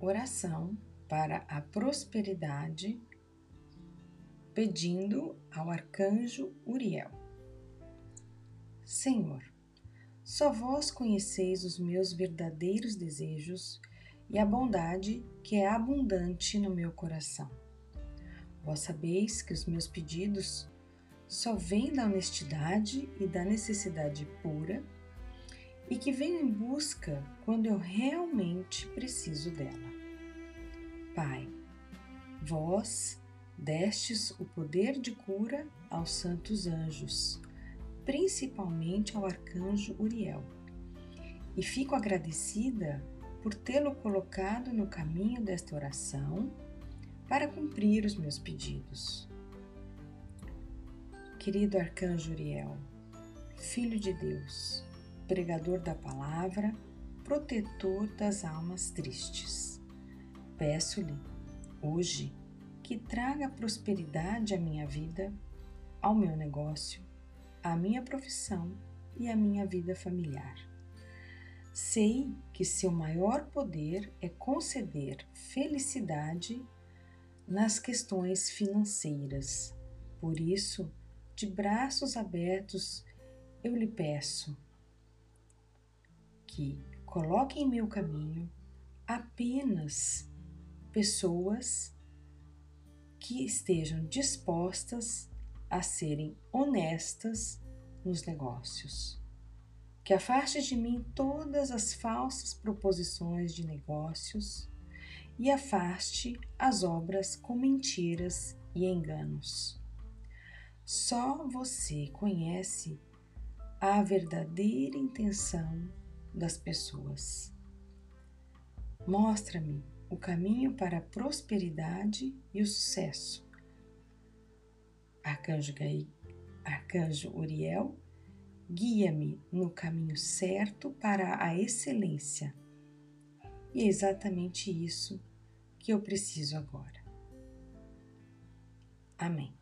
oração para a prosperidade, pedindo ao arcanjo Uriel. Senhor, só vós conheceis os meus verdadeiros desejos e a bondade que é abundante no meu coração. Vós sabeis que os meus pedidos só vêm da honestidade e da necessidade pura e que venho em busca quando eu realmente preciso dela. Pai, vós destes o poder de cura aos santos anjos, principalmente ao arcanjo Uriel, e fico agradecida por tê-lo colocado no caminho desta oração para cumprir os meus pedidos. Querido arcanjo Uriel, Filho de Deus, pregador da palavra, protetor das almas tristes, peço-lhe hoje que traga prosperidade à minha vida, ao meu negócio, à minha profissão e à minha vida familiar. Sei que seu maior poder é conceder felicidade nas questões financeiras. Por isso, de braços abertos, eu lhe peço que coloque em meu caminho apenas pessoas que estejam dispostas a serem honestas nos negócios. Que afaste de mim todas as falsas proposições de negócios e afaste as obras com mentiras e enganos. Só você conhece a verdadeira intenção das pessoas. Mostra-me o caminho para a prosperidade e o sucesso. Arcanjo Uriel, guia-me no caminho certo para a excelência. E é exatamente isso que eu preciso agora. Amém.